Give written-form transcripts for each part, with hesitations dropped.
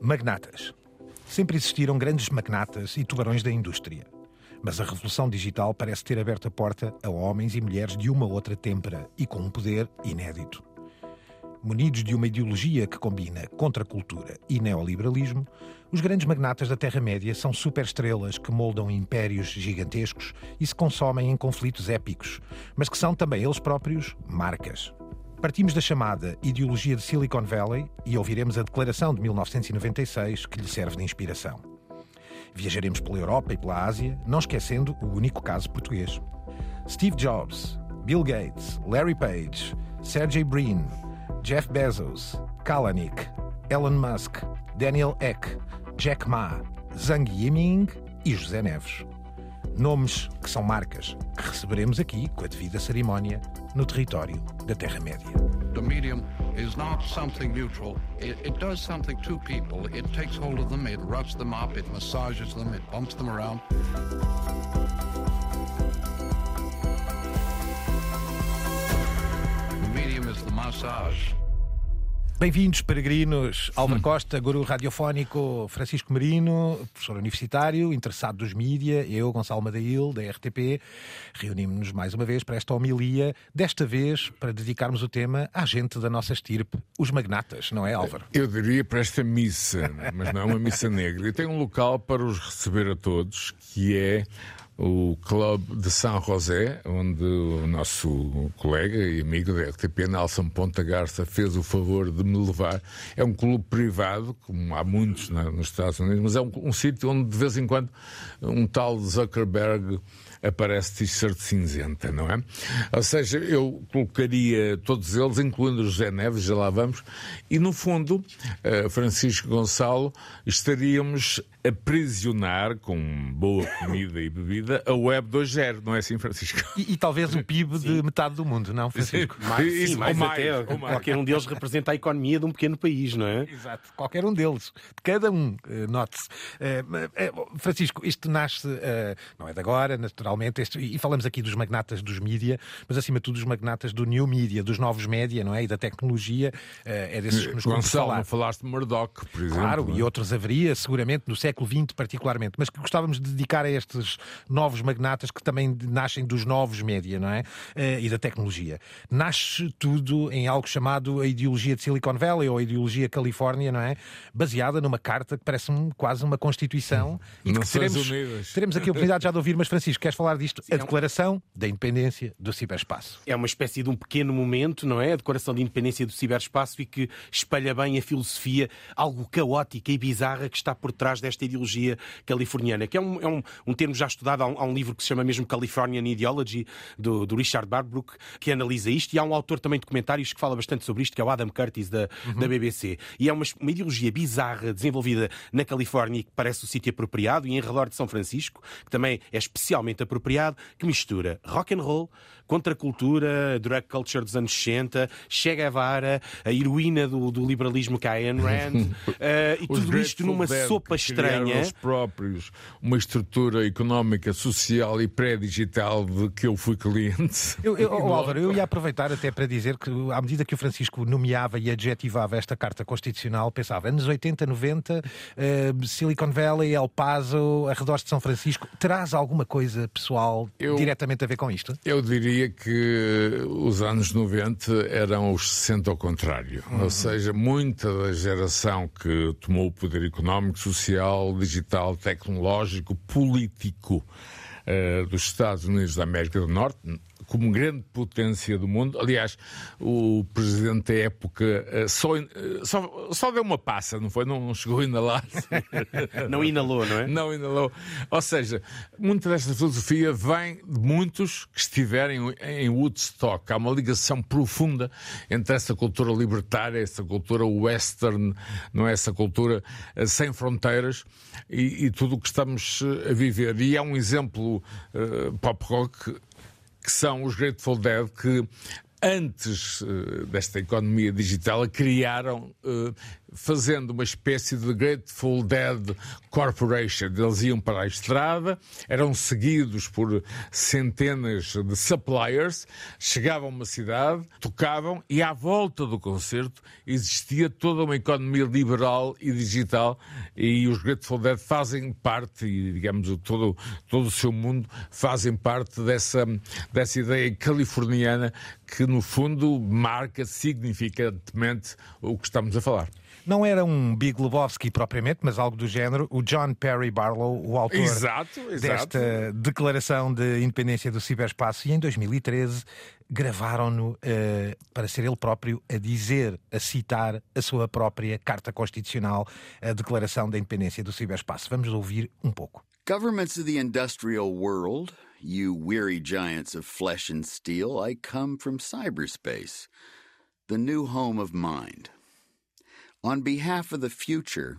Magnatas. Sempre existiram grandes magnatas e tubarões da indústria. Mas a revolução digital parece ter aberto a porta a homens e mulheres de uma outra têmpera e com um poder inédito. Munidos de uma ideologia que combina contracultura e neoliberalismo, os grandes magnatas da Terra-média são superestrelas que moldam impérios gigantescos e se consomem em conflitos épicos, mas que são também eles próprios marcas. Partimos da chamada ideologia de Silicon Valley e ouviremos a declaração de 1996 que lhe serve de inspiração. Viajaremos pela Europa e pela Ásia, não esquecendo o único caso português. Steve Jobs, Bill Gates, Larry Page, Sergey Brin, Jeff Bezos, Kalanick, Elon Musk, Daniel Ek, Jack Ma, Zhang Yiming e José Neves. Nomes que são marcas que receberemos aqui com a devida cerimónia no território da Terra-média. The medium is not something neutral. It does something to people. It takes hold of them, it roughs them up, it massages them, it bumps them around. The medium is the massage. Bem-vindos, peregrinos. Álvaro Costa, guru radiofónico, Francisco Marino, professor universitário, interessado dos mídia, eu, Gonçalo Madail, da RTP. Reunimos-nos mais uma vez para esta homilia, desta vez para dedicarmos o tema à gente da nossa estirpe, os magnatas, não é, Álvaro? Eu diria para esta missa, mas não é uma missa negra. E tem um local para os receber a todos, que é o Clube de São José, onde o nosso colega e amigo da RTP, Nelson Ponta Garça, fez o favor de me levar. É um clube privado, como há muitos nos Estados Unidos, mas é um sítio onde de vez em quando um tal Zuckerberg aparece de t-shirt cinzenta, não é? Ou seja, eu colocaria todos eles, incluindo o José Neves, já lá vamos, e no fundo, Francisco Gonçalo, estaríamos a aprisionar, com boa comida e bebida, a Web 2.0, não é assim, Francisco? E talvez o PIB de metade do mundo, não, Francisco? Mais até. Qualquer um deles representa a economia de um pequeno país, não é? Exato, qualquer um deles. De cada um, note-se. Francisco, isto nasce, não é de agora, naturalmente, e falamos aqui dos magnatas dos mídia, mas acima de tudo dos magnatas do new media, dos novos média, não é? E da tecnologia, é desses que nos vamos falar. Gonçalo, não falaste de Murdoch, por exemplo. Claro, e outros haveria, seguramente, no século XX particularmente, mas que gostávamos de dedicar a estes novos magnatas que também nascem dos novos média, não é? E da tecnologia. Nasce tudo em algo chamado a ideologia de Silicon Valley ou a ideologia Califórnia, não é? Baseada numa carta que parece quase uma Constituição e que teremos aqui a oportunidade já de ouvir, mas Francisco, queres falar disto? A Declaração da Independência do Ciberespaço. É uma espécie de um pequeno momento, não é? A Declaração de Independência do Ciberespaço e que espalha bem a filosofia, algo caótica e bizarra que está por trás desta ideologia californiana, que é um termo já estudado. Há um livro que se chama mesmo Californian Ideology, do Richard Barbrook, que analisa isto, e há um autor também de comentários que fala bastante sobre isto, que é o Adam Curtis, da BBC. E é uma ideologia bizarra desenvolvida na Califórnia, que parece o sítio apropriado, e em redor de São Francisco, que também é especialmente apropriado, que mistura rock and roll, contracultura, drug culture dos anos 60, Che Guevara, a heroína do liberalismo que é a Ayn Rand, e tudo isto numa sopa estranha. Os próprios, uma estrutura económica, social e pré-digital de que eu fui cliente. Álvaro, eu ia aproveitar até para dizer que, à medida que o Francisco nomeava e adjetivava esta Carta Constitucional, pensava, anos 80, 90, Silicon Valley, El Paso, arredores de São Francisco, terás alguma coisa pessoal diretamente a ver com isto? Eu diria que os anos 90 eram os 60 ao contrário. Ou seja, muita da geração que tomou o poder económico, social, digital, tecnológico, político dos Estados Unidos da América do Norte, como grande potência do mundo. Aliás, o presidente da época só deu uma passa, não foi? Não chegou a inalar. Não inalou, não é? Não inalou. Ou seja, muita desta filosofia vem de muitos que estiverem em Woodstock. Há uma ligação profunda entre essa cultura libertária, essa cultura western, não é? Essa cultura sem fronteiras e tudo o que estamos a viver. E há um exemplo pop rock que são os Grateful Dead, que antes desta economia digital criaram fazendo uma espécie de Grateful Dead Corporation. Eles iam para a estrada, eram seguidos por centenas de suppliers, chegavam a uma cidade, tocavam e à volta do concerto existia toda uma economia liberal e digital, e os Grateful Dead fazem parte, e digamos todo o seu mundo fazem parte dessa ideia californiana que no fundo marca significantemente o que estamos a falar. Não era um Big Lebowski propriamente, mas algo do género. O John Perry Barlow, o autor desta declaração de independência do ciberespaço, e em 2013 gravaram-no para ser ele próprio a dizer, a citar a sua própria Carta Constitucional, a Declaração da Independência do Ciberespaço. Vamos ouvir um pouco. Governments of the industrial world, you weary giants of flesh and steel, I come from cyberspace, the new home of mind. On behalf of the future,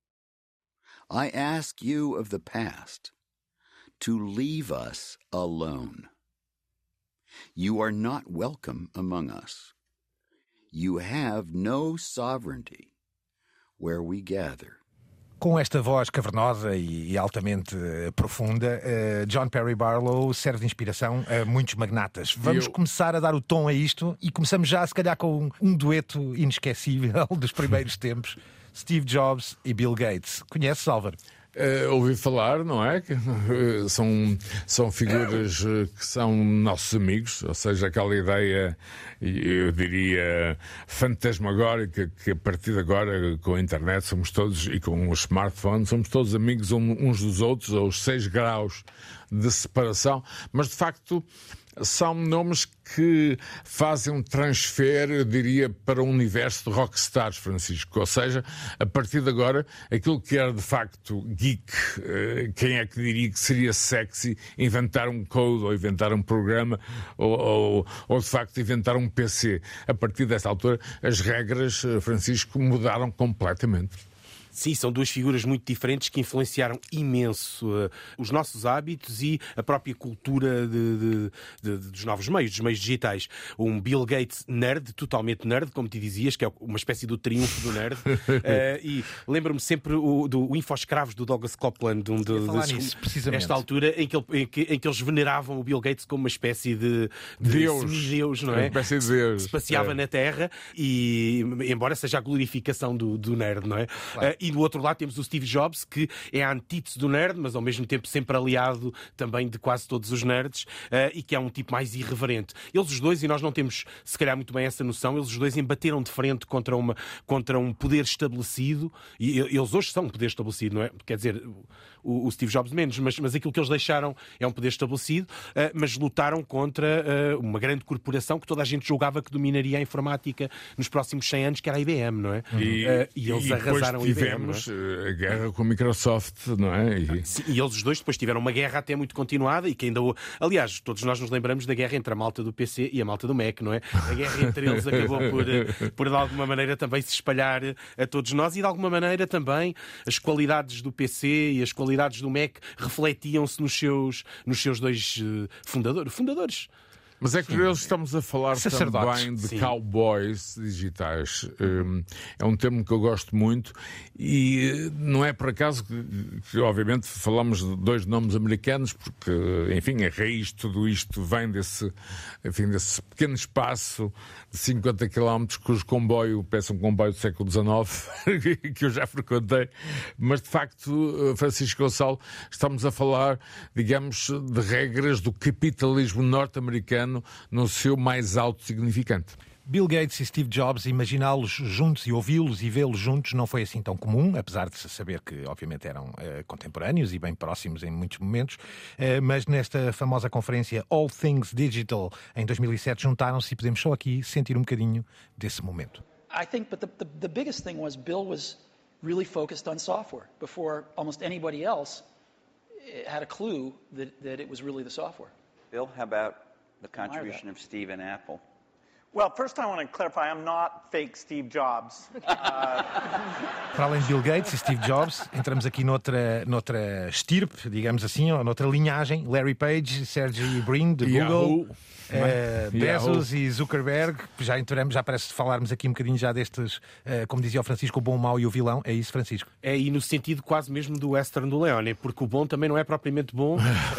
I ask you of the past to leave us alone. You are not welcome among us. You have no sovereignty where we gather. Com esta voz cavernosa e altamente profunda, John Perry Barlow serve de inspiração a muitos magnatas. Vamos começar a dar o tom a isto e começamos já, se calhar, com um dueto inesquecível dos primeiros tempos. Steve Jobs e Bill Gates. Conheces, Álvaro? Ouvi falar, não é? São figuras que são nossos amigos, ou seja, aquela ideia, eu diria, fantasmagórica, que a partir de agora, com a internet, somos todos, e com o smartphone, somos todos amigos uns dos outros, aos 6 graus de separação, mas de facto são nomes que fazem um transfer, eu diria, para o universo de rockstars, Francisco. Ou seja, a partir de agora, aquilo que era de facto geek, quem é que diria que seria sexy inventar um code, ou inventar um programa, ou de facto inventar um PC. A partir desta altura, as regras, Francisco, mudaram completamente. Sim, são duas figuras muito diferentes que influenciaram imenso os nossos hábitos e a própria cultura dos novos meios, dos meios digitais. Um Bill Gates nerd, totalmente nerd, como te dizias, que é uma espécie do triunfo do nerd. E lembro-me sempre do Infoscravos do Douglas Coupland, nesta altura, em que eles veneravam o Bill Gates como uma espécie de semideus, não é? Uma espécie de Deus. Se passeava na Terra, e embora seja a glorificação do nerd, não é? Claro. E do outro lado temos o Steve Jobs, que é a antítese do nerd, mas ao mesmo tempo sempre aliado também de quase todos os nerds, e que é um tipo mais irreverente. Eles os dois, e nós não temos se calhar muito bem essa noção, eles os dois embateram de frente contra um poder estabelecido, e eles hoje são um poder estabelecido, não é? Quer dizer, o Steve Jobs menos, mas aquilo que eles deixaram é um poder estabelecido, mas lutaram contra uma grande corporação que toda a gente julgava que dominaria a informática nos próximos 100 anos, que era a IBM, não é? E eles arrasaram a IBM. Tivemos a guerra com a Microsoft, não é? E eles os dois depois tiveram uma guerra até muito continuada, e que ainda... Aliás, todos nós nos lembramos da guerra entre a malta do PC e a malta do Mac, não é? A guerra entre eles acabou por de alguma maneira também se espalhar a todos nós, e de alguma maneira também as qualidades do PC e as qualidades do Mac refletiam-se nos seus dois fundadores. Mas é curioso, estamos a falar também de cowboys digitais. É um termo que eu gosto muito, e não é por acaso que obviamente falamos de 2 nomes americanos, porque, enfim, a raiz de tudo isto vem desse pequeno espaço de 50 km cujo comboio, parece um comboio do século XIX, que eu já frequentei. Mas, de facto, Francisco Gonçalo, estamos a falar, digamos, de regras do capitalismo norte-americano no seu mais alto significante. Bill Gates e Steve Jobs, imaginá-los juntos e ouvi-los e vê-los juntos não foi assim tão comum, apesar de se saber que, obviamente, eram contemporâneos e bem próximos em muitos momentos, mas nesta famosa conferência All Things Digital, em 2007, juntaram-se, e podemos só aqui sentir um bocadinho desse momento. I think, but the biggest thing was Bill was really focused on software before almost anybody else had a clue that it was really the software. Bill, how about the contribution of Steve and Apple? Well, first I want to clarify, I'm not fake Steve Jobs. Para além de Bill Gates e Steve Jobs, entramos aqui noutra estirpe, digamos assim, ou noutra linhagem. Larry Page, Sergey Brin, de Google. não é? Bezos e Zuckerberg, já entramos, já parece falarmos aqui um bocadinho já destes, como dizia o Francisco, o bom, o mau e o vilão. É isso, Francisco? É, e no sentido quase mesmo do western do Leone, porque o bom também não é propriamente bom,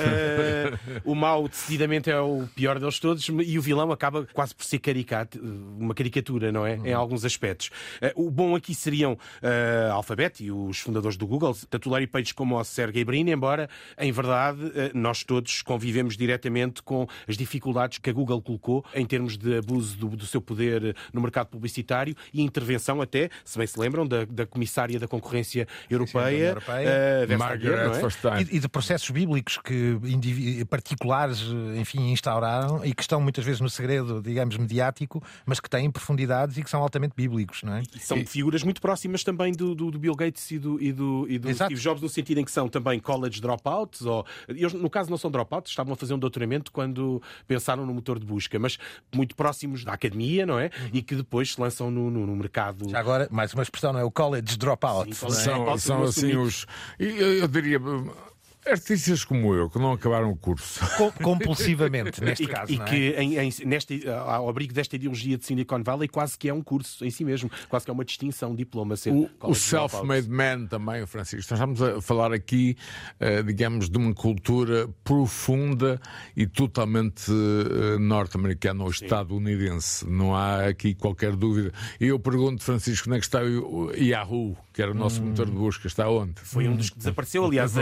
o mau decididamente é o pior deles todos, e o vilão acaba quase por ser uma caricatura, não é? Em alguns aspectos. O bom aqui seriam a Alphabet e os fundadores do Google, tanto o Larry Page como o Sergey Brin, embora, em verdade, nós todos convivemos diretamente com as dificuldades que a Google colocou em termos de abuso do seu poder no mercado publicitário e intervenção até, se bem se lembram, da Comissária da Concorrência Europeia, Margaret Verstappen. E de processos bíblicos que particulares, enfim, instauraram e que estão muitas vezes no segredo, digamos, mediático, mas que têm profundidades e que são altamente bíblicos, não é? E são figuras muito próximas também do Bill Gates e do Steve Jobs, no sentido em que são também college dropouts, ou eles, no caso, não são dropouts, estavam a fazer um doutoramento quando pensaram no motor de busca, mas muito próximos da academia, não é? E que depois se lançam no mercado. Já agora, mais uma expressão, não é? O college dropout. Sim, São assim os... Eu diria... Artistas como eu, que não acabaram o curso. Compulsivamente, neste caso. E não é? que, ao abrigo desta ideologia de Silicon Valley, quase que é um curso em si mesmo. Quase que é uma distinção, um diploma. O self-made man também, Francisco. Nós estamos a falar aqui, digamos, de uma cultura profunda e totalmente norte-americana ou estadunidense. Não há aqui qualquer dúvida. E eu pergunto, Francisco, onde é que está o Yahoo, que era o nosso motor de busca? Está onde? Foi um dos que desapareceu, aliás.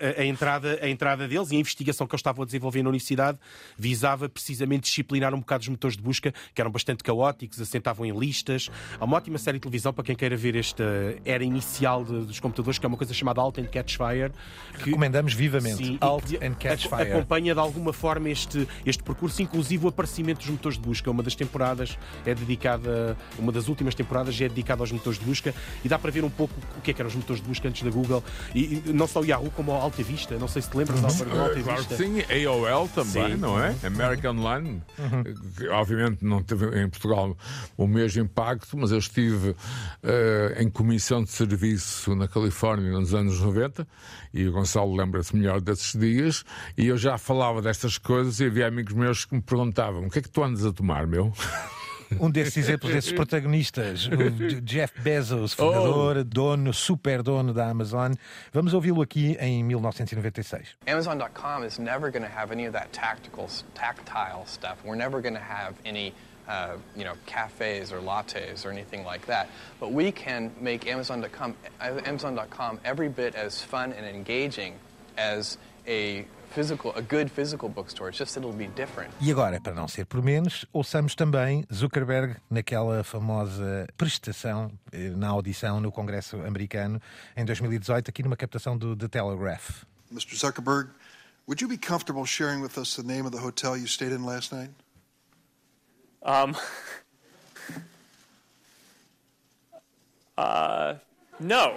A entrada deles e a investigação que eles estavam a desenvolver na universidade visava precisamente disciplinar um bocado os motores de busca, que eram bastante caóticos, assentavam em listas. Há uma ótima série de televisão para quem queira ver esta era inicial dos computadores, que é uma coisa chamada Halt and Catch Fire. Que, recomendamos vivamente. Sim, Halt and Catch Fire. Acompanha de alguma forma este percurso, inclusive o aparecimento dos motores de busca. Uma das temporadas é dedicada, uma das últimas temporadas é dedicada aos motores de busca e dá para ver um pouco o que eram os motores de busca antes da Google. E não só o Yahoo, como o Alta Vista. Não sei se te lembras do Alta Vista. Claro que sim, AOL também, sim. Não é? American Online, que obviamente não teve em Portugal o mesmo impacto, mas eu estive em comissão de serviço na Califórnia nos anos 90 e o Gonçalo lembra-se melhor desses dias e eu já falava destas coisas e havia amigos meus que me perguntavam: o que é que tu andas a tomar, meu? Um desses exemplos, desses protagonistas, o Jeff Bezos, fundador, dono, super dono da Amazon. Vamos ouvi-lo aqui em 1996. Amazon.com is never going to have any of that tactile stuff. We're never going to have any cafes or lattes or anything like that. But we can make Amazon.com every bit as fun and engaging as a good physical bookstore. It's just it'll be different. E agora, para não ser por menos, ouçamos também Zuckerberg naquela famosa prestação na audição no Congresso americano em 2018, aqui numa captação do The Telegraph. Mr. Zuckerberg, would you be comfortable sharing with us the name of the hotel you stayed in last night? No.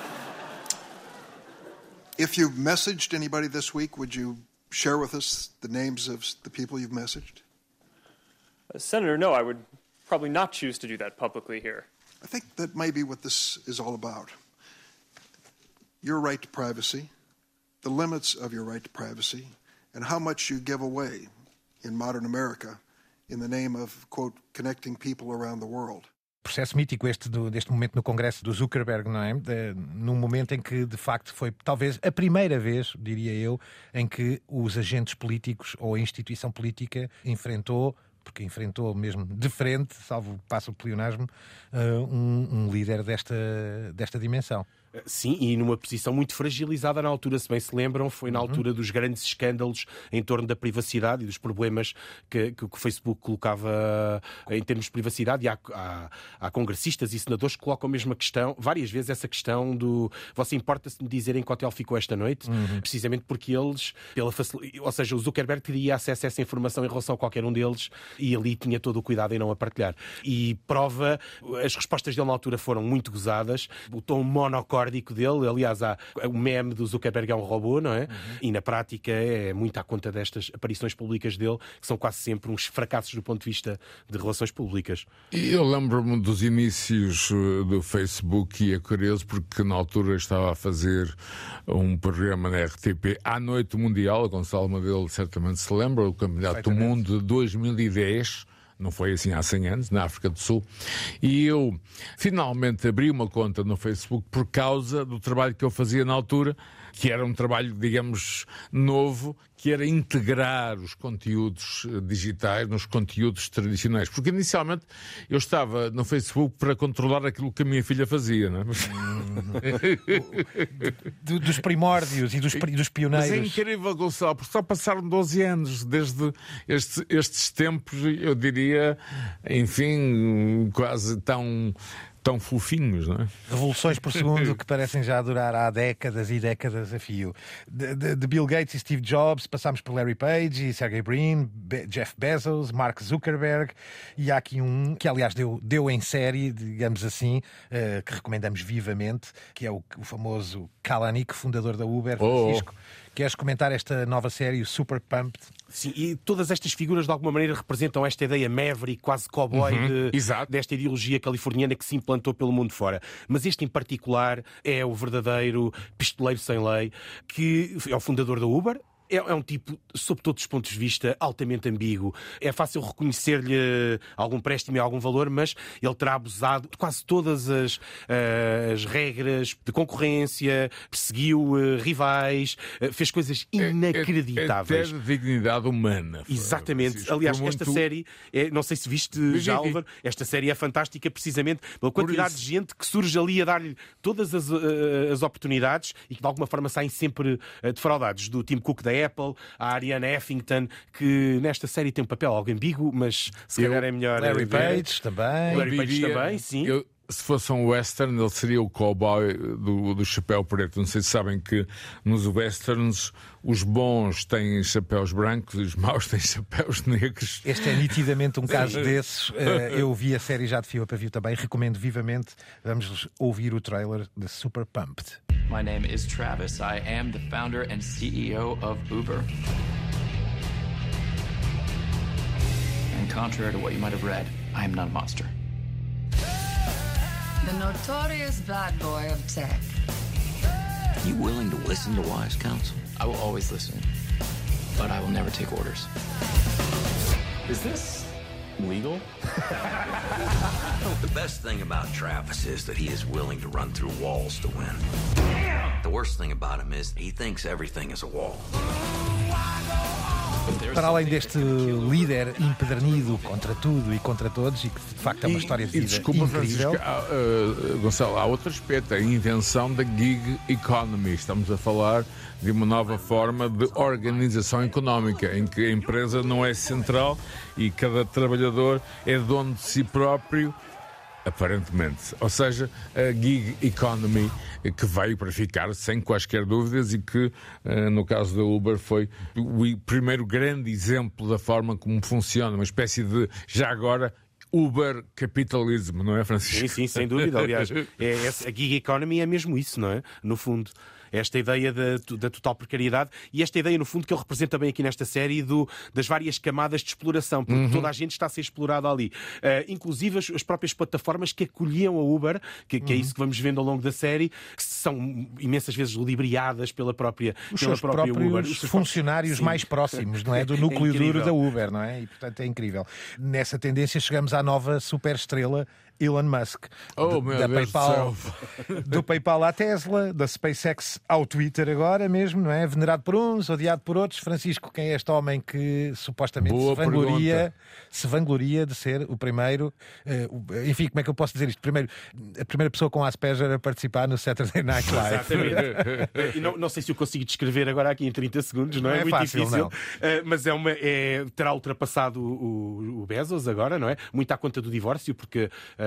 If you've messaged anybody this week, would you share with us the names of the people you've messaged? Senator, no, I would probably not choose to do that publicly here. I think that may be what this is all about. Your right to privacy, the limits of your right to privacy, and how much you give away in modern America in the name of, quote, connecting people around the world. Processo mítico deste momento no Congresso do Zuckerberg, não é? Num momento em que, de facto, foi talvez a primeira vez, diria eu, em que os agentes políticos ou a instituição política enfrentou mesmo de frente, salvo passo o pleonasmo, um líder desta dimensão. Sim, e numa posição muito fragilizada na altura, se bem se lembram, foi na altura dos grandes escândalos em torno da privacidade e dos problemas que o Facebook colocava em termos de privacidade. E há congressistas e senadores que colocam a mesma questão, várias vezes essa questão do você importa-se de me dizer em que hotel ficou esta noite? Precisamente porque eles, ou seja, o Zuckerberg teria acesso a essa informação em relação a qualquer um deles e ali tinha todo o cuidado em não a partilhar. E prova, as respostas dele na altura foram muito gozadas, o tom monocórdico nórdico dele. Aliás, há o meme do Zuckerberg é um robô, não é? E na prática é muito à conta destas aparições públicas dele, que são quase sempre uns fracassos do ponto de vista de relações públicas. E eu lembro-me dos inícios do Facebook e é curioso porque na altura estava a fazer um programa na RTP à Noite Mundial, a Gonçalo Mabelo certamente se lembra, o Campeonato do Mundo de 2010, não foi assim há 100 anos, na África do Sul, e eu finalmente abri uma conta no Facebook por causa do trabalho que eu fazia na altura, que era um trabalho, digamos, novo, que era integrar os conteúdos digitais nos conteúdos tradicionais. Porque inicialmente eu estava no Facebook para controlar aquilo que a minha filha fazia, não é? Dos primórdios e dos pioneiros. Mas é incrível, Gonçalo, porque só passaram 12 anos desde estes tempos, eu diria, enfim, quase tão fofinhos, não é? Revoluções por segundo que parecem já durar há décadas e décadas a fio. De Bill Gates e Steve Jobs, passámos por Larry Page e Sergey Brin, Jeff Bezos, Mark Zuckerberg, e há aqui um que, aliás, deu em série, digamos assim, que recomendamos vivamente, que é o famoso Kalanick, fundador da Uber. Francisco, queres comentar esta nova série, o Super Pumped? Sim, e todas estas figuras de alguma maneira representam esta ideia maverick, quase cowboy desta ideologia californiana que se implantou pelo mundo fora. Mas este em particular é o verdadeiro pistoleiro sem lei, que é o fundador da Uber. É um tipo, sob todos os pontos de vista, altamente ambíguo. É fácil reconhecer-lhe algum préstimo e algum valor, mas ele terá abusado de quase todas as regras de concorrência, perseguiu rivais, fez coisas inacreditáveis. Até de dignidade humana. Exatamente. Aliás, esta série, não sei se viste já, Álvaro, esta série é fantástica precisamente pela quantidade de gente que surge ali a dar-lhe todas as oportunidades e que de alguma forma saem sempre defraudados. Do Tim Cook da Apple, a Ariana Huffington, que nesta série tem um papel algo ambíguo, mas se calhar é melhor. Larry Page também. Larry Page também, sim. Se fosse um western, ele seria o cowboy do chapéu preto. Não sei se sabem que nos westerns os bons têm chapéus brancos e os maus têm chapéus negros. Este é nitidamente um caso desses. Eu vi a série já de fio a pavio também, recomendo vivamente. Vamos ouvir o trailer de Super Pumped. My name is Travis. I am the founder and CEO of Uber. And contrary to what you might have read, I am not a monster. The notorious bad boy of tech. You willing to listen to wise counsel? I will always listen, but I will never take orders. Is this legal? The best thing about Travis is that he is willing to run through walls to win. The worst thing about him is he thinks everything is a wall. Para além deste líder empedernido contra tudo e contra todos, e que de facto é uma história de vida desculpa, incrível. Gonçalo, há outro aspecto, a invenção da gig economy. Estamos a falar de uma nova forma de organização económica, em que a empresa não é central e cada trabalhador é dono de si próprio, aparentemente. Ou seja, a gig economy que veio para ficar sem quaisquer dúvidas e que, no caso da Uber, foi o primeiro grande exemplo da forma como funciona, uma espécie de, já agora, Uber capitalismo, não é, Francisco? Sim, sem dúvida. Aliás, a gig economy é mesmo isso, não é? No fundo. Esta ideia da total precariedade e esta ideia, no fundo, que ele representa bem aqui nesta série das várias camadas de exploração, porque toda a gente está a ser explorada ali. Inclusive as próprias plataformas que acolhiam a Uber, que é isso que vamos vendo ao longo da série, que são imensas vezes ludibriadas pela própria Uber. Os funcionários mais próximos, não é? Do núcleo duro da Uber, não é? E, portanto, é incrível. Nessa tendência chegamos à nova superestrela Elon Musk. Da PayPal, do PayPal à Tesla, da SpaceX ao Twitter agora mesmo, não é? Venerado por uns, odiado por outros. Francisco, quem é este homem que supostamente se vangloria de ser o primeiro, enfim, como é que eu posso dizer isto? A primeira pessoa com Asperger a participar no Saturday Night Live. Exatamente. Não sei se eu consigo descrever agora aqui em 30 segundos, não é? Muito fácil, difícil. não. Mas terá ultrapassado o Bezos agora, não é? Muito à conta do divórcio, porque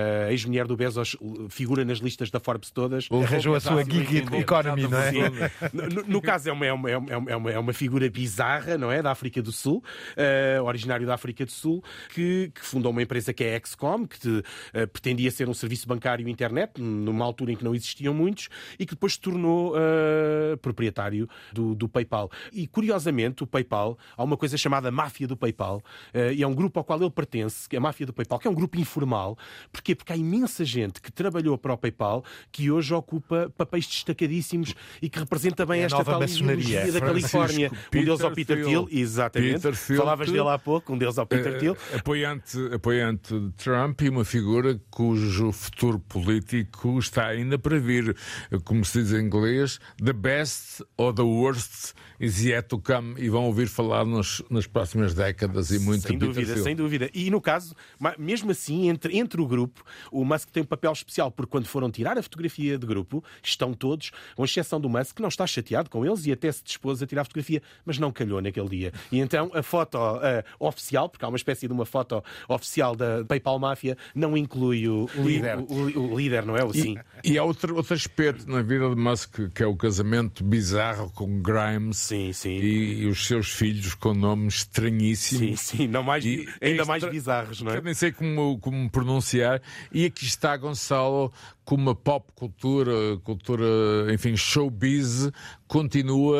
a ex-mulher do Bezos figura nas listas da Forbes todas. Arranjou a sua gig economy, não é? No caso, é uma figura bizarra, não é? Da África do Sul, originário da África do Sul, que fundou uma empresa que é a XCOM, que pretendia ser um serviço bancário e internet, numa altura em que não existiam muitos, e que depois se tornou proprietário do PayPal. E, curiosamente, o PayPal, há uma coisa chamada máfia do PayPal, e é um grupo ao qual ele pertence, que é a máfia do PayPal, que é um grupo informal. Porquê? Porque há imensa gente que trabalhou para o PayPal que hoje ocupa papéis destacadíssimos e que representa bem esta tal ideologia da Califórnia. Um deles ao Peter Thiel, exatamente. Falavas dele há pouco, um deles ao Peter Thiel. Apoiante de Trump e uma figura cujo futuro político está ainda para vir. Como se diz em inglês, the best or the worst is yet to come. E vão ouvir falar nas próximas décadas e muito. Sem dúvida. E no caso, mesmo assim, entre o grupo, o Musk tem um papel especial, porque quando foram tirar a fotografia de grupo, estão todos, com exceção do Musk, que não está chateado com eles e até se dispôs a tirar a fotografia, mas não calhou naquele dia. E então a foto oficial, porque há uma espécie de uma foto oficial da PayPal Máfia, não inclui o líder, não é? E há outro aspecto na vida de Musk, que é o casamento bizarro com Grimes e os seus filhos com nomes estranhíssimos. Sim, ainda mais bizarros, não é? Eu nem sei como pronunciar. E aqui está Gonçalo, como a pop cultura, enfim, showbiz, continua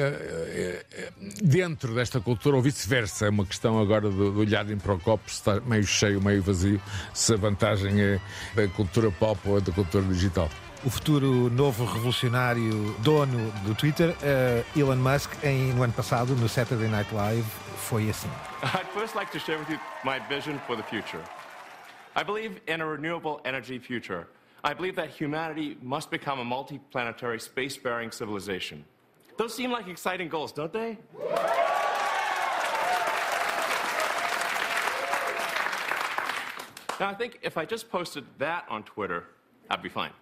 dentro desta cultura, ou vice-versa. É uma questão agora de olharem para o copo, se está meio cheio, meio vazio, se a vantagem é da cultura pop ou da cultura digital. O futuro novo revolucionário dono do Twitter, Elon Musk, no ano passado, no Saturday Night Live, foi assim. I'd first like to share with you my vision for the future. I believe in a renewable energy future. I believe that humanity must become a multi-planetary space-faring civilization. Those seem like exciting goals, don't they? Now, I think if I just posted that on Twitter, I'd be fine.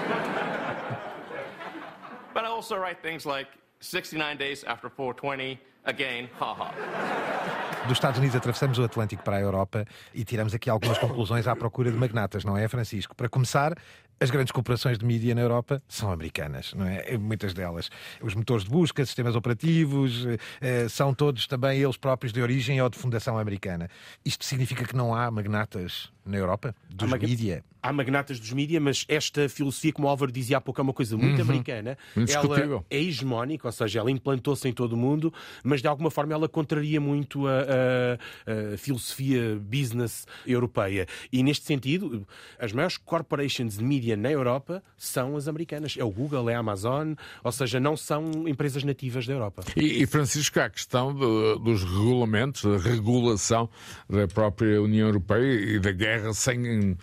But I also write things like 69 days after 420, again, haha. Dos Estados Unidos atravessamos o Atlântico para a Europa e tiramos aqui algumas conclusões à procura de magnatas, não é, Francisco? Para começar, as grandes corporações de mídia na Europa são americanas, não é? Muitas delas. Os motores de busca, sistemas operativos, são todos também eles próprios de origem ou de fundação americana. Isto significa que não há magnatas na Europa dos mídia? Há magnatas dos mídia, mas esta filosofia, como o Álvaro dizia há pouco, é uma coisa muito americana. Ela é hegemónica, ou seja, ela implantou-se em todo o mundo, mas de alguma forma ela contraria muito a filosofia business europeia. E neste sentido, as maiores corporations de mídia na Europa são as americanas. É o Google, é a Amazon, ou seja, não são empresas nativas da Europa. E Francisco, há a questão dos regulamentos, da regulação da própria União Europeia e da guerra sem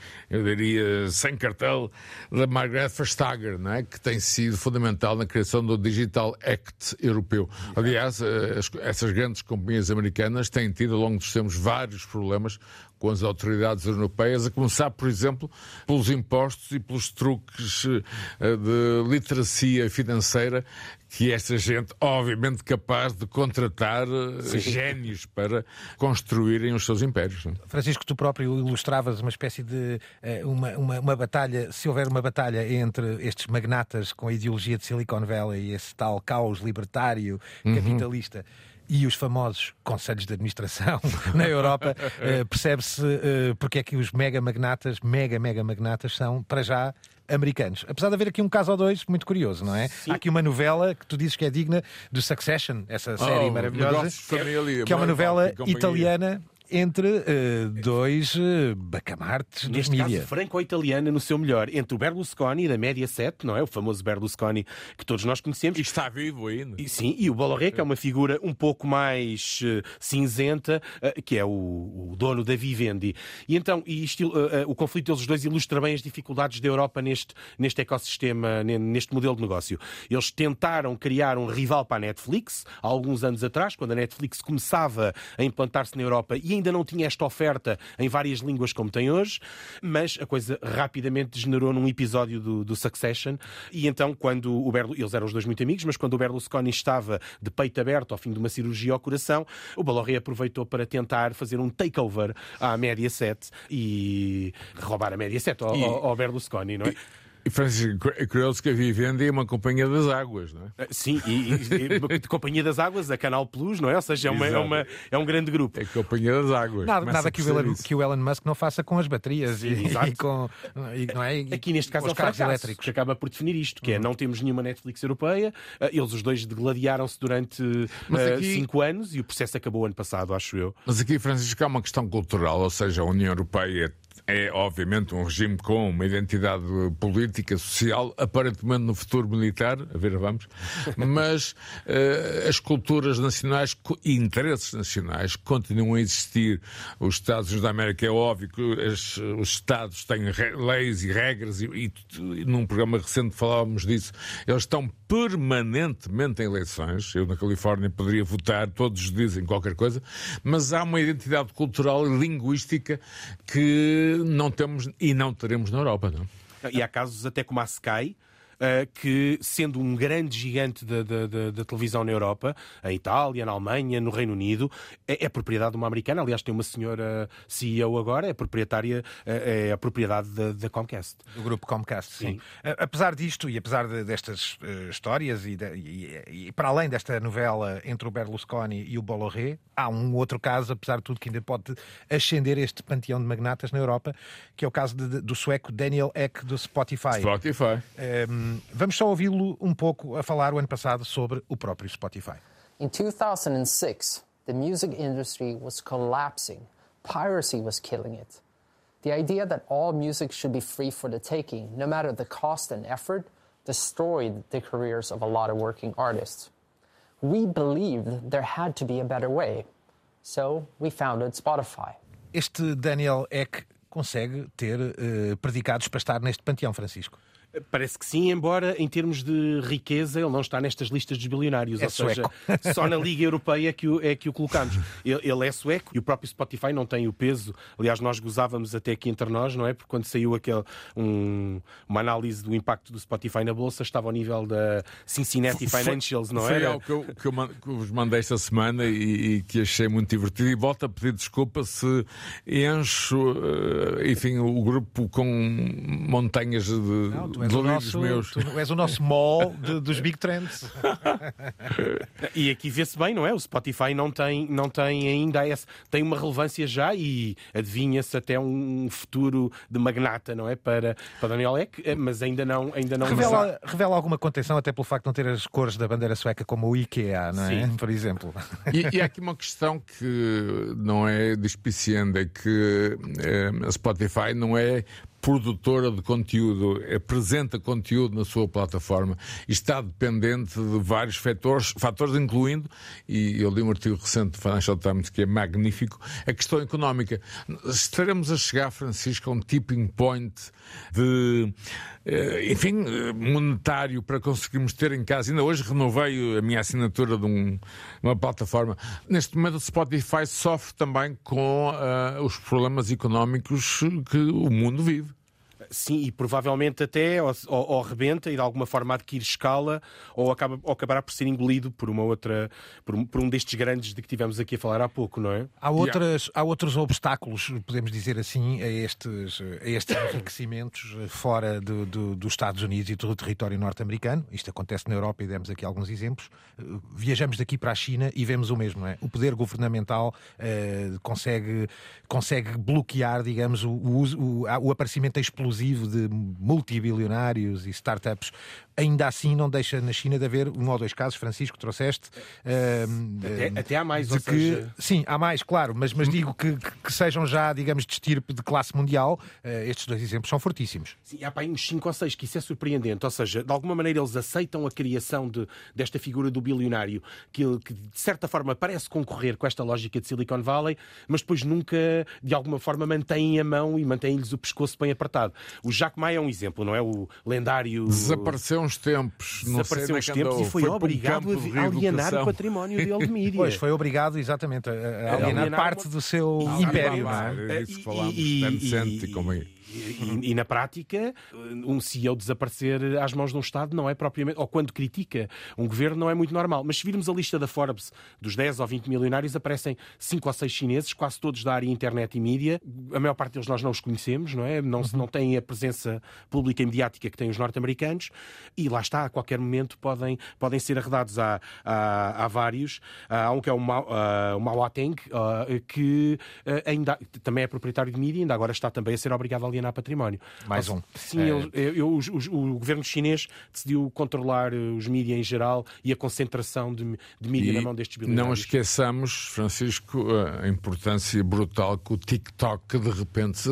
cartel da Margaret Vestager, não é? Que tem sido fundamental na criação do Digital Act europeu. Aliás, essas grandes companhias americanas têm tido ao longo dos tempos vários problemas com as autoridades europeias, a começar, por exemplo, pelos impostos e pelos truques de literacia financeira que esta gente, obviamente, capaz de contratar génios para construírem os seus impérios. Não? Francisco, tu próprio ilustravas uma espécie de uma batalha, se houver uma batalha entre estes magnatas com a ideologia de Silicon Valley e esse tal caos libertário, capitalista, e os famosos conselhos de administração na Europa, percebe-se porque é que os mega magnatas são, para já, americanos. Apesar de haver aqui um caso ou dois muito curioso, não é? Sim. Há aqui uma novela que tu dizes que é digna do Succession, essa série maravilhosa, que é uma novela italiana entre dois bacamartes dos mídia. Neste caso, franco-italiana no seu melhor, entre o Berlusconi da Mediaset, não é? O famoso Berlusconi que todos nós conhecemos. E está vivo ainda. E o Bolloré, que é uma figura um pouco mais cinzenta, que é o dono da Vivendi. E então, o conflito deles dois ilustra bem as dificuldades da Europa neste ecossistema, neste modelo de negócio. Eles tentaram criar um rival para a Netflix, há alguns anos atrás, quando a Netflix começava a implantar-se na Europa e em ainda não tinha esta oferta em várias línguas como tem hoje, mas a coisa rapidamente degenerou num episódio do Succession, e então quando eles eram os dois muito amigos, mas quando o Berlusconi estava de peito aberto ao fim de uma cirurgia ao coração, o Bolloré aproveitou para tentar fazer um takeover à Mediaset e roubar a Mediaset ao Berlusconi, não é? E Francisco, é curioso que a Vivendi é uma companhia das águas, não é? Sim, e Companhia das Águas, a Canal Plus, não é? Ou seja, é um grande grupo. É a Companhia das Águas. Nada que o Elon Musk não faça com as baterias não é? Aqui neste caso é o carros elétricos que acaba por definir isto, que é não temos nenhuma Netflix europeia, eles os dois degladiaram-se durante 5 anos e o processo acabou ano passado, acho eu. Mas aqui, Francisco, há uma questão cultural, ou seja, a União Europeia é obviamente um regime com uma identidade política, social, aparentemente no futuro militar, a ver, vamos, mas as culturas nacionais e interesses nacionais continuam a existir. Os Estados Unidos da América, é óbvio que os Estados têm leis e regras e num programa recente falávamos disso, eles estão permanentemente em eleições. Eu na Califórnia poderia votar, todos dizem qualquer coisa, mas há uma identidade cultural e linguística que não temos e não teremos na Europa, não? E há casos até como a Sky, que, sendo um grande gigante da televisão na Europa, em Itália, na Alemanha, no Reino Unido, é propriedade de uma americana. Aliás, tem uma senhora CEO agora, é a propriedade da Comcast. Do grupo Comcast, sim. Apesar disto, e apesar destas histórias, e para além desta novela entre o Berlusconi e o Bolloré, há um outro caso, apesar de tudo, que ainda pode ascender este panteão de magnatas na Europa, que é o caso do sueco Daniel Ek, do Spotify. Vamos só ouvi-lo um pouco a falar o ano passado sobre o próprio Spotify. In 2006, the music industry was collapsing. Piracy was killing it. The idea that all music should be free for the taking, no matter the cost and effort, destroyed the careers of a lot of working artists. We believed there had to be a better way, so we founded Spotify. Este Daniel Ek consegue ter predicados para estar neste panteão, Francisco? Parece que sim, embora em termos de riqueza ele não está nestas listas dos bilionários, ou seja, só na Liga Europeia é que o colocamos. Ele é sueco e o próprio Spotify não tem o peso. Aliás, nós gozávamos até aqui entre nós, não é? Porque quando saiu uma análise do impacto do Spotify na Bolsa, estava ao nível da Cincinnati Financials, não é? Foi algo que eu vos mandei esta semana e que achei muito divertido, e volto a pedir desculpa se encho, enfim, o grupo com montanhas de... Tu és o nosso mall dos Big Trends. E aqui vê-se bem, não é? O Spotify não tem ainda tem uma relevância já e adivinha-se até um futuro de magnata, não é? Para Daniel Ek, mas ainda não revela alguma contenção, até pelo facto de não ter as cores da bandeira sueca como o IKEA, não é? Sim. Por exemplo. E há aqui uma questão que não é despiciente, é que a Spotify não é produtora de conteúdo, apresenta conteúdo na sua plataforma e está dependente de vários fatores, incluindo, e eu li um artigo recente do Financial Times que é magnífico, a questão económica. Estaremos a chegar, Francisco, a um tipping point de, enfim, monetário para conseguirmos ter em casa. Ainda hoje renovei a minha assinatura de uma plataforma. Neste momento o Spotify sofre também com os problemas económicos que o mundo vive. Sim, e provavelmente até ou rebenta e de alguma forma adquire escala ou acabará por ser engolido por um destes grandes de que tivemos aqui a falar há pouco, não é? Há outros obstáculos, podemos dizer assim, a estes enriquecimentos fora dos Estados Unidos e do território norte-americano. Isto acontece na Europa e demos aqui alguns exemplos. Viajamos daqui para a China e vemos o mesmo, não é? O poder governamental consegue bloquear, digamos, o aparecimento explosivo de multibilionários e startups. Ainda assim não deixa na China de haver 1 ou 2 casos, Francisco, trouxeste. Até há mais, Sim, há mais, claro, mas digo que sejam já, digamos, de estirpe de classe mundial. Estes 2 exemplos são fortíssimos. Sim, há para aí uns 5 ou 6, que isso é surpreendente. Ou seja, de alguma maneira eles aceitam a criação desta figura do bilionário, que de certa forma parece concorrer com esta lógica de Silicon Valley, mas depois nunca, de alguma forma, mantêm a mão e mantêm-lhes o pescoço bem apertado. O Jack Ma é um exemplo, não é? O lendário... Desapareceu uns tempos. Desapareceu uns tempos e foi obrigado a alienar o património dele de mídia. Pois, foi obrigado, exatamente, a alienar parte do seu império. É isso que falámos, Tencent e como é. E na prática, um CEO desaparecer às mãos de um Estado não é propriamente, ou quando critica um governo, não é muito normal. Mas se virmos a lista da Forbes dos 10 ou 20 milionários, aparecem 5 ou 6 chineses, quase todos da área internet e mídia. A maior parte deles nós não os conhecemos, não é? Não têm a presença pública e mediática que têm os norte-americanos. E lá está, a qualquer momento podem ser arredados. Há vários. Há um que é o Mao Teng, que ainda também é proprietário de mídia, ainda agora está também a ser obrigado a alienar património. Mais um. Sim, o governo chinês decidiu controlar os mídias em geral e a concentração de mídia na mão destes bilionários. Não esqueçamos, Francisco, a importância brutal que o TikTok de repente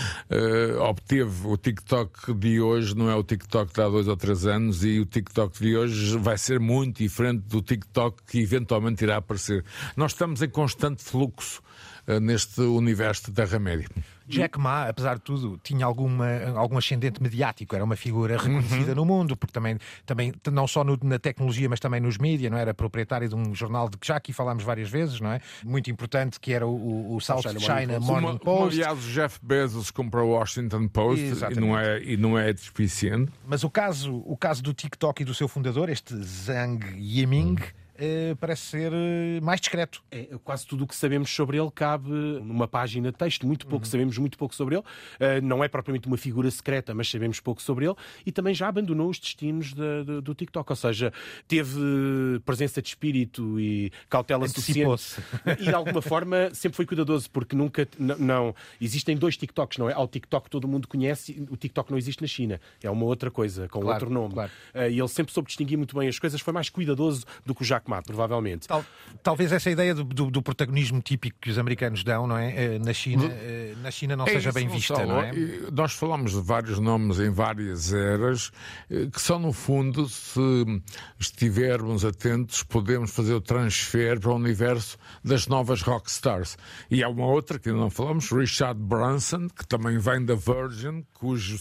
obteve. O TikTok de hoje não é o TikTok de há 2 ou 3 anos e o TikTok de hoje vai ser muito diferente do TikTok que eventualmente irá aparecer. Nós estamos em constante fluxo neste universo de Terra-média. Jack Ma, apesar de tudo, tinha algum ascendente mediático, era uma figura reconhecida no mundo, porque também não só na tecnologia, mas também nos mídias, não é? Era proprietário de um jornal de que já aqui falámos várias vezes, não é? Muito importante, que era o South China Morning Post. Aliás, o Jeff Bezos comprou o Washington Post e não é despiciente. Mas o caso do TikTok e do seu fundador, este Zhang Yiming, parece ser mais discreto. Quase tudo o que sabemos sobre ele cabe numa página de texto. Sabemos muito pouco sobre ele. Não é propriamente uma figura secreta, mas sabemos pouco sobre ele. E também já abandonou os destinos do TikTok. Ou seja, teve presença de espírito e cautela suficiente. E de alguma forma sempre foi cuidadoso, porque nunca... Não, existem 2 TikToks, não é? Há o TikTok que todo mundo conhece, o TikTok não existe na China. É uma outra coisa, com outro nome. Claro. E ele sempre soube distinguir muito bem as coisas. Foi mais cuidadoso do que o Jack Ma, provavelmente. Talvez essa ideia do protagonismo típico que os americanos dão, não é? Na China não seja bem vista, não é? Nós falamos de vários nomes em várias eras que só no fundo, se estivermos atentos, podemos fazer o transfer para o universo das novas rockstars. E há uma outra que ainda não falamos, Richard Branson, que também vem da Virgin, cuja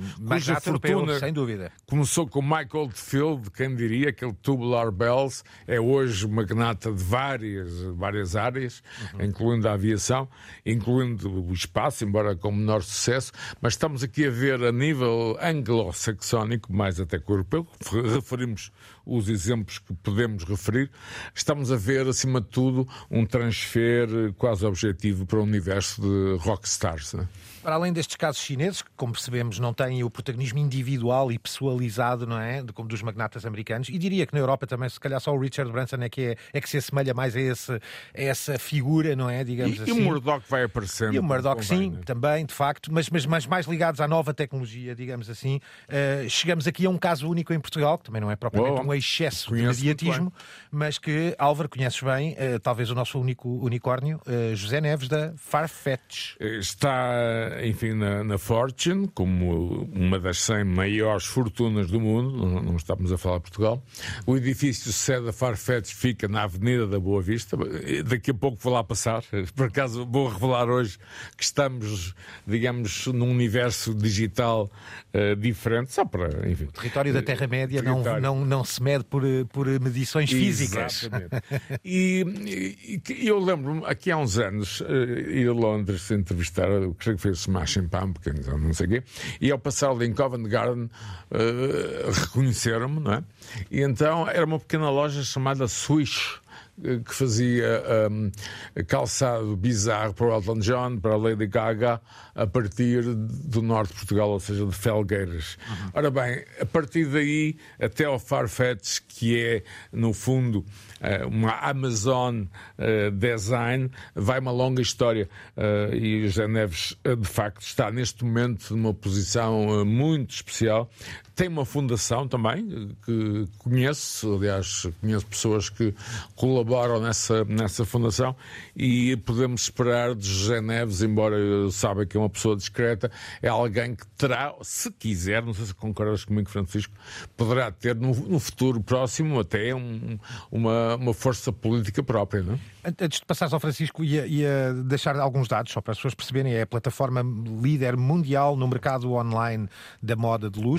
fortuna sem dúvida começou com Mike Oldfield, quem diria, aquele Tubular Bells, é hoje magnata de várias áreas, incluindo a aviação, incluindo o espaço, embora com menor sucesso, mas estamos aqui a ver a nível anglo-saxónico, mais até que europeu, referimos os exemplos que podemos referir, estamos a ver, acima de tudo, um transfer quase objetivo para o universo de rockstars, não é? Para além destes casos chineses, que, como percebemos, não têm o protagonismo individual e pessoalizado, não é? Como dos magnatas americanos, e diria que na Europa também, se calhar só o Richard Branson é que se assemelha mais a essa figura, não é? Digamos assim. E o Murdoch vai aparecendo. E o Murdoch, sim, também, de facto, mas mais ligados à nova tecnologia, digamos assim. Chegamos aqui a um caso único em Portugal, que também não é propriamente um excesso de mediatismo, mas que, Álvaro, conheces bem, talvez o nosso único unicórnio, José Neves, da Farfetch. Está, enfim, na Fortune, como uma das 100 maiores fortunas do mundo, não estamos a falar de Portugal. O edifício sede da Farfetch fica na Avenida da Boa Vista. Daqui a pouco vou lá passar. Por acaso vou revelar hoje que estamos, digamos, num universo digital diferente, só para, enfim. O território da Terra-média não se mede por medições físicas. Exatamente. E eu lembro-me, aqui há uns anos, ir a Londres entrevistar, creio que foi o Smashing Pumpkins, não sei o quê, e ao passar ali em Covent Garden reconheceram-me, não é? E então era uma pequena loja chamada Swish, que fazia calçado bizarro para o Elton John, para a Lady Gaga, a partir do norte de Portugal, ou seja, de Felgueiras. Ora bem, a partir daí até ao Farfetch, que é, no fundo, uma Amazon design, vai uma longa história. E o José Neves, de facto, está neste momento numa posição muito especial. Tem uma fundação também, que conheço, aliás, conheço pessoas que colaboram nessa fundação, e podemos esperar de José Neves, embora eu saiba que é uma pessoa discreta, é alguém que terá, se quiser, não sei se concordas comigo, Francisco, poderá ter no futuro próximo até uma força política própria, não é? Antes de passares ao Francisco, ia deixar alguns dados, só para as pessoas perceberem. É a plataforma líder mundial no mercado online da moda de luxo, esta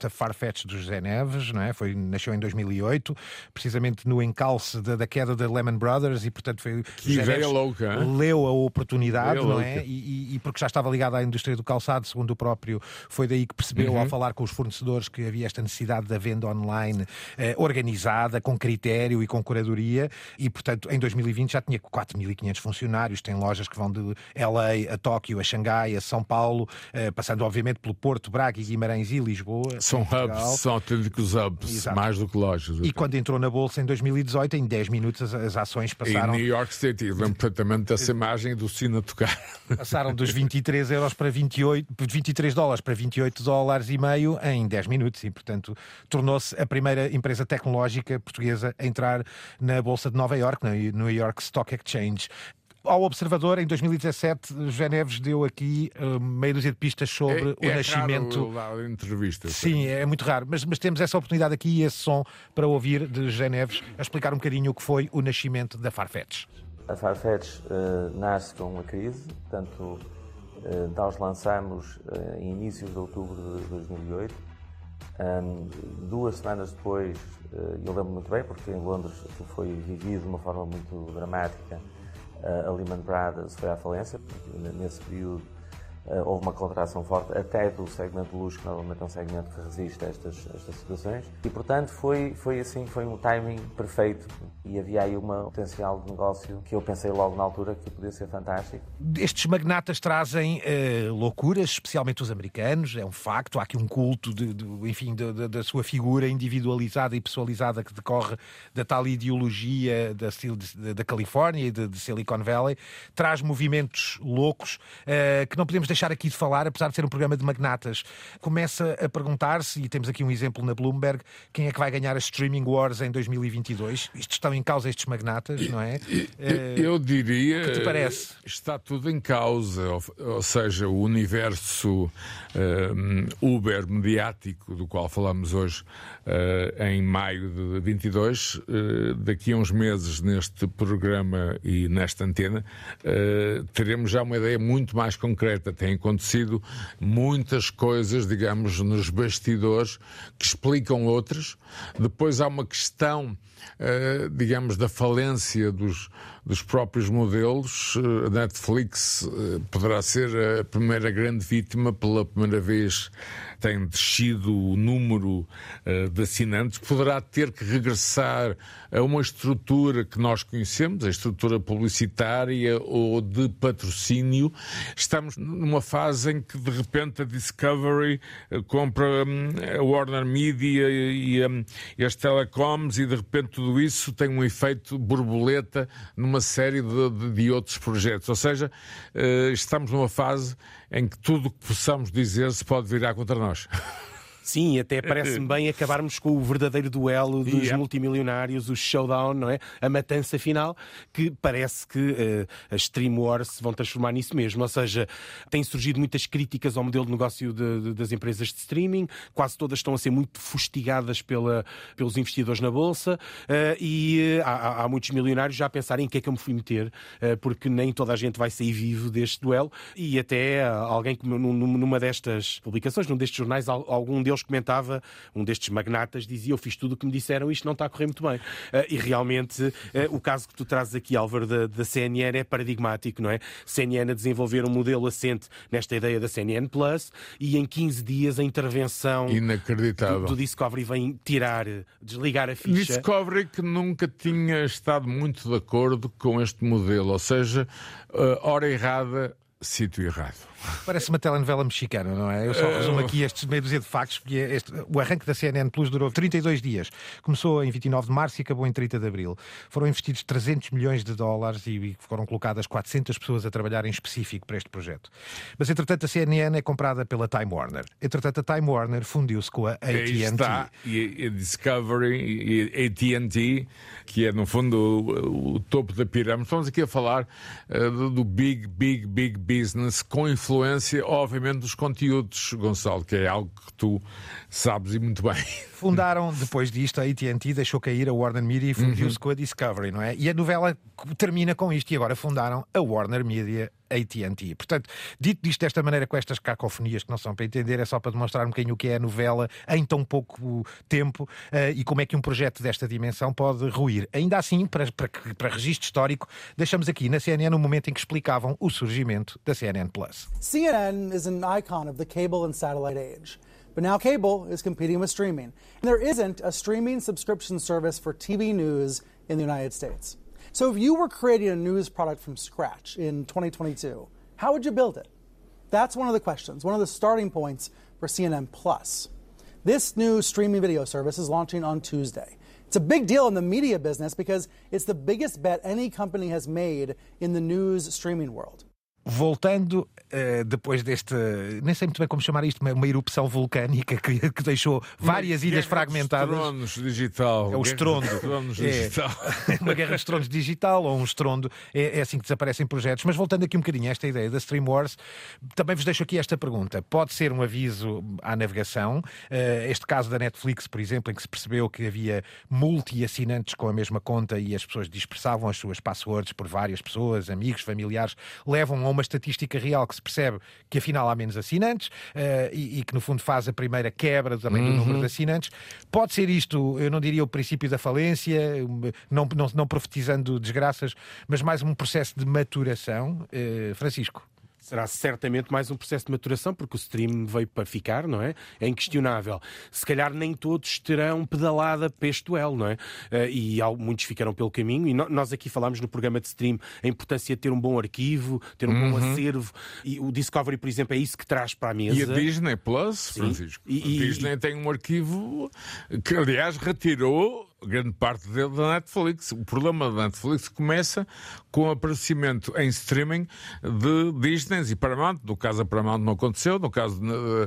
da Farfetch do José Neves, não é? Nasceu em 2008, precisamente no encalce da queda da Lehman Brothers, e portanto foi que ideia louca, hein? Leu a oportunidade, não é? Louca. E porque já estava ligado à indústria do calçado, segundo o próprio, foi daí que percebeu, ao falar com os fornecedores, que havia esta necessidade da venda online organizada, com critério e com curadoria, e portanto em 2020 já tinha 4.500 funcionários, tem lojas que vão de LA a Tóquio, a Xangai, a São Paulo, passando obviamente pelo Porto, Braga, Guimarães e Lisboa. São hubs, são autênticos hubs. Exato. Mais do que lojas. E quando entrou na Bolsa em 2018, em 10 minutos as ações passaram... Em New York City, lembro perfeitamente dessa imagem do sino a tocar. Passaram dos 23 euros para 23 dólares para 28 dólares e meio em 10 minutos, e portanto tornou-se a primeira empresa tecnológica portuguesa a entrar na Bolsa de Nova Iorque, na New York Stock Exchange. Ao Observador, em 2017, José Neves deu aqui meia dúzia de pistas sobre o nascimento. Raro entrevista. Sim, é muito raro, mas temos essa oportunidade aqui e esse som para ouvir de José Neves a explicar um bocadinho o que foi o nascimento da Farfetch. A Farfetch nasce com uma crise, portanto, nós lançamos em inícios de outubro de 2008. 2 semanas depois, eu lembro muito bem, porque em Londres foi vivido de uma forma muito dramática. A Lehman Brothers foi à falência, porque nesse período houve uma contração forte, até do segmento de luxo, que normalmente é um segmento que resiste a estas situações. E, portanto, foi um timing perfeito, e havia aí um potencial de negócio que eu pensei logo na altura que podia ser fantástico. Estes magnatas trazem loucuras, especialmente os americanos, é um facto. Há aqui um culto da sua figura individualizada e pessoalizada que decorre da tal ideologia da Califórnia e de Silicon Valley. Traz movimentos loucos que não podemos deixar aqui de falar, apesar de ser um programa de magnatas. Começa a perguntar-se, e temos aqui um exemplo na Bloomberg, quem é que vai ganhar a Streaming Wars em 2022? Isto estão em causa estes magnatas, não é? Eu diria... O que te parece? Está tudo em causa, ou seja, o universo Uber mediático do qual falamos hoje em maio de 22, daqui a uns meses neste programa e nesta antena, teremos já uma ideia muito mais concreta. Têm acontecido muitas coisas, digamos, nos bastidores que explicam outras. Depois há uma questão, digamos, da falência dos próprios modelos. A Netflix poderá ser a primeira grande vítima. Pela primeira vez tem descido o número de assinantes. Poderá ter que regressar a uma estrutura que nós conhecemos, a estrutura publicitária ou de patrocínio. Estamos numa fase em que, de repente, a Discovery compra a Warner Media e as telecoms, e de repente tudo isso tem um efeito borboleta numa série de outros projetos. Ou seja, estamos numa fase em que tudo o que possamos dizer se pode virar contra nós. Sim, até parece-me bem acabarmos com o verdadeiro duelo dos multimilionários, o showdown, não é? A matança final, que parece que as Stream Wars se vão transformar nisso mesmo. Ou seja, têm surgido muitas críticas ao modelo de negócio das empresas de streaming, quase todas estão a ser muito fustigadas pelos investidores na Bolsa, e há muitos milionários já a pensarem em que é que eu me fui meter, porque nem toda a gente vai sair vivo deste duelo, e até alguém que numa destas publicações, num destes jornais, algum deles comentava, um destes magnatas dizia: eu fiz tudo o que me disseram, isto não está a correr muito bem. E realmente o caso que tu trazes aqui, Álvaro, da CNN é paradigmático, não é? CNN a desenvolver um modelo assente nesta ideia da CNN Plus, e em 15 dias a intervenção inacreditável do Discovery vem desligar a ficha. Discovery que nunca tinha estado muito de acordo com este modelo, ou seja, hora errada, sítio errado. Parece uma telenovela mexicana, não é? Eu só resumo aqui estes meia dúzia de factos, porque o arranque da CNN Plus durou 32 dias. Começou em 29 de março e acabou em 30 de abril. Foram investidos 300 milhões de dólares e foram colocadas 400 pessoas a trabalhar em específico para este projeto. Mas, entretanto, a CNN é comprada pela Time Warner. Entretanto, a Time Warner fundiu-se com a AT&T. Aí está, e a Discovery e a AT&T, que é, no fundo, o topo da pirâmide. Estamos aqui a falar do big business com influência, obviamente, dos conteúdos, Gonçalo, que é algo que tu sabes e muito bem. Fundaram, depois disto, a AT&T deixou cair a Warner Media e fundiu-se com a Discovery, não é? E a novela termina com isto, e agora fundaram a Warner Media AT&T. Portanto, dito disto desta maneira, com estas cacofonias que não são para entender, é só para demonstrar um bocadinho o que é a novela em tão pouco tempo e como é que um projeto desta dimensão pode ruir. Ainda assim, para registro histórico, deixamos aqui na CNN um momento em que explicavam o surgimento da CNN+. CNN is an icon of the cable and satellite age. But now cable is competing with streaming. And there isn't a streaming subscription service for TV news in the United States. So if you were creating a news product from scratch in 2022, how would you build it? That's one of the questions, one of the starting points for CNN+. This new streaming video service is launching on Tuesday. It's a big deal in the media business because it's the biggest bet any company has made in the news streaming world. Voltando, depois deste, nem sei muito bem como chamar isto, uma erupção vulcânica que deixou várias ilhas fragmentadas. Estronos digital. É o estrondo. Digital. Uma guerra de estrondo digital ou um estrondo. É assim que desaparecem projetos. Mas voltando aqui um bocadinho a esta ideia da Stream Wars, também vos deixo aqui esta pergunta. Pode ser um aviso à navegação. Este caso da Netflix, por exemplo, em que se percebeu que havia multi-assinantes com a mesma conta e as pessoas dispersavam as suas passwords por várias pessoas, amigos, familiares, levam a uma estatística real que se percebe que afinal há menos assinantes e que no fundo faz a primeira quebra também do número de assinantes. Pode ser isto, eu não diria o princípio da falência, não profetizando desgraças, mas mais um processo de maturação. Francisco? Será certamente mais um processo de maturação, porque o stream veio para ficar, não é? É inquestionável. Se calhar nem todos terão pedalada para este duelo, não é? E muitos ficaram pelo caminho. E nós aqui falámos no programa de stream a importância de ter um bom arquivo, ter um bom acervo. E o Discovery, por exemplo, é isso que traz para a mesa. E a Disney Plus, Francisco. A Disney tem um arquivo que, aliás, retirou grande parte dele da Netflix. O problema da Netflix começa com o aparecimento em streaming de Disney e Paramount. No caso da Paramount não aconteceu, no caso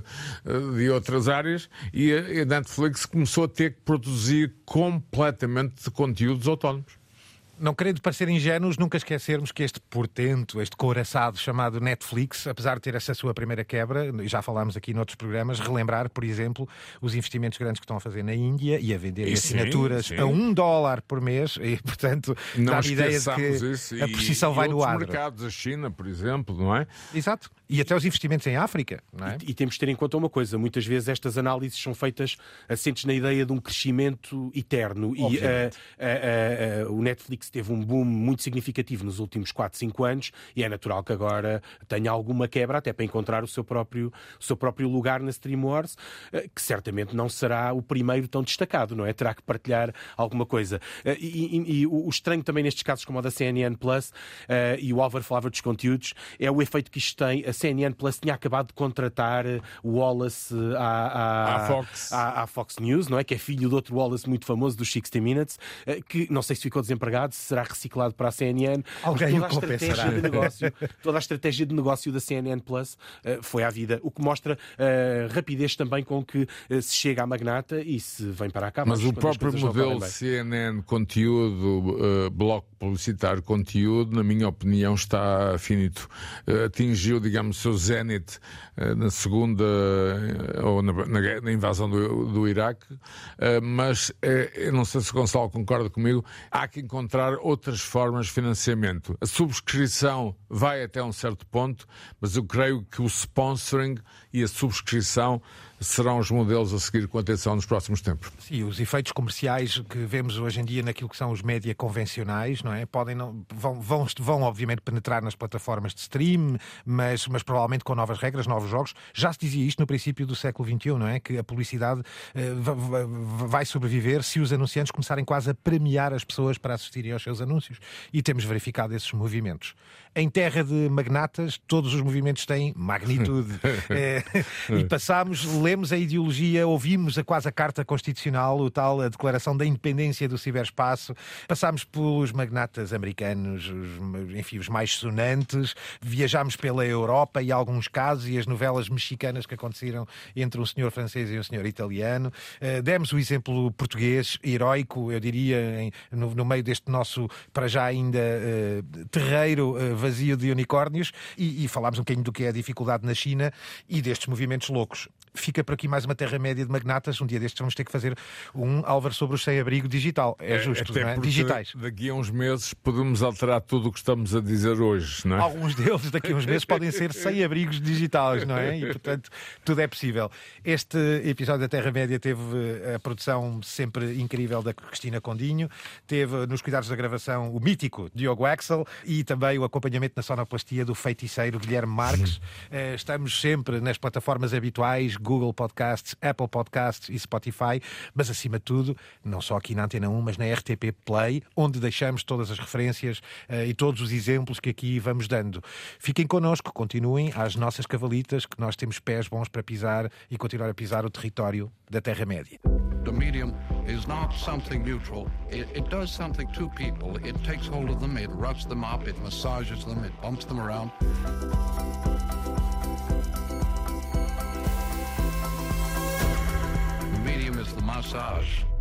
de outras áreas, e a Netflix começou a ter que produzir completamente conteúdos autónomos. Não querendo parecer ingênuos, nunca esquecermos que este portento, este couraçado chamado Netflix, apesar de ter essa sua primeira quebra, já falámos aqui noutros programas, relembrar, por exemplo, os investimentos grandes que estão a fazer na Índia e a vender assinaturas a $1 por mês, e portanto dá a ideia de que a precisão vai no ar. Mercados, a China, por exemplo, não é? Exato. E até os investimentos em África, não é? E temos de ter em conta uma coisa, muitas vezes estas análises são feitas assentes na ideia de um crescimento eterno. Obviamente. E o Netflix teve um boom muito significativo nos últimos 4, 5 anos e é natural que agora tenha alguma quebra até para encontrar o seu próprio lugar na Stream Wars, que certamente não será o primeiro tão destacado, não é? Terá que partilhar alguma coisa. E o estranho também nestes casos como o da CNN Plus, e o Álvaro falava dos conteúdos, é o efeito que isto tem. A CNN Plus tinha acabado de contratar o Wallace à Fox News, não é? Que é filho de outro Wallace muito famoso dos 60 Minutes, que não sei se ficou desempregado, se será reciclado para a CNN. Alguém toda a estratégia de negócio da CNN Plus foi à vida, o que mostra a rapidez também com que se chega à magnata e se vem para cá. Mas o próprio modelo CNN conteúdo, bloco publicitário conteúdo, na minha opinião, está finito. Atingiu, digamos, o seu zénite na segunda ou na invasão do Iraque, mas eu não sei se o Gonçalo concorda comigo, há que encontrar outras formas de financiamento. A subscrição vai até um certo ponto, mas eu creio que o sponsoring e a subscrição serão os modelos a seguir com atenção nos próximos tempos. Sim, os efeitos comerciais que vemos hoje em dia naquilo que são os média convencionais, não é? Vão obviamente penetrar nas plataformas de stream, mas provavelmente com novas regras, novos jogos. Já se dizia isto no princípio do século XXI, não é? Que a publicidade vai sobreviver se os anunciantes começarem quase a premiar as pessoas para assistirem aos seus anúncios. E temos verificado esses movimentos. Em terra de magnatas, todos os movimentos têm magnitude. E lemos a ideologia, ouvimos quase a Carta Constitucional, a Declaração da Independência do Ciberespaço, passámos pelos magnatas americanos, os mais sonantes, viajámos pela Europa e alguns casos, e as novelas mexicanas que aconteceram entre um senhor francês e um senhor italiano. Demos o exemplo português, heroico, eu diria, no meio deste nosso, para já ainda, terreiro vazio de unicórnios, e falámos um bocadinho do que é a dificuldade na China e destes movimentos loucos. Fica por aqui mais uma Terra-média de magnatas. Um dia destes vamos ter que fazer um Álvaro sobre o sem-abrigo digital. É justo, até não é? porque Digitais. Daqui a uns meses podemos alterar tudo o que estamos a dizer hoje, não é? Alguns deles daqui a uns meses podem ser sem-abrigos digitais, não é? E, portanto, tudo é possível. Este episódio da Terra-média teve a produção sempre incrível da Cristina Condinho, teve nos cuidados da gravação o mítico Diogo Axel e também o acompanhamento na sonoplastia do feiticeiro Guilherme Marques. Estamos sempre nas plataformas habituais, Google Podcasts, Apple Podcasts e Spotify, mas acima de tudo, não só aqui na Antena 1, mas na RTP Play, onde deixamos todas as referências e todos os exemplos que aqui vamos dando. Fiquem connosco, continuem às nossas cavalitas, que nós temos pés bons para pisar e continuar a pisar o território da Terra-média. The medium is not something neutral. It does something to people. It takes hold of them, it roughs them up, it massages them, it bumps them around. The medium is the massage.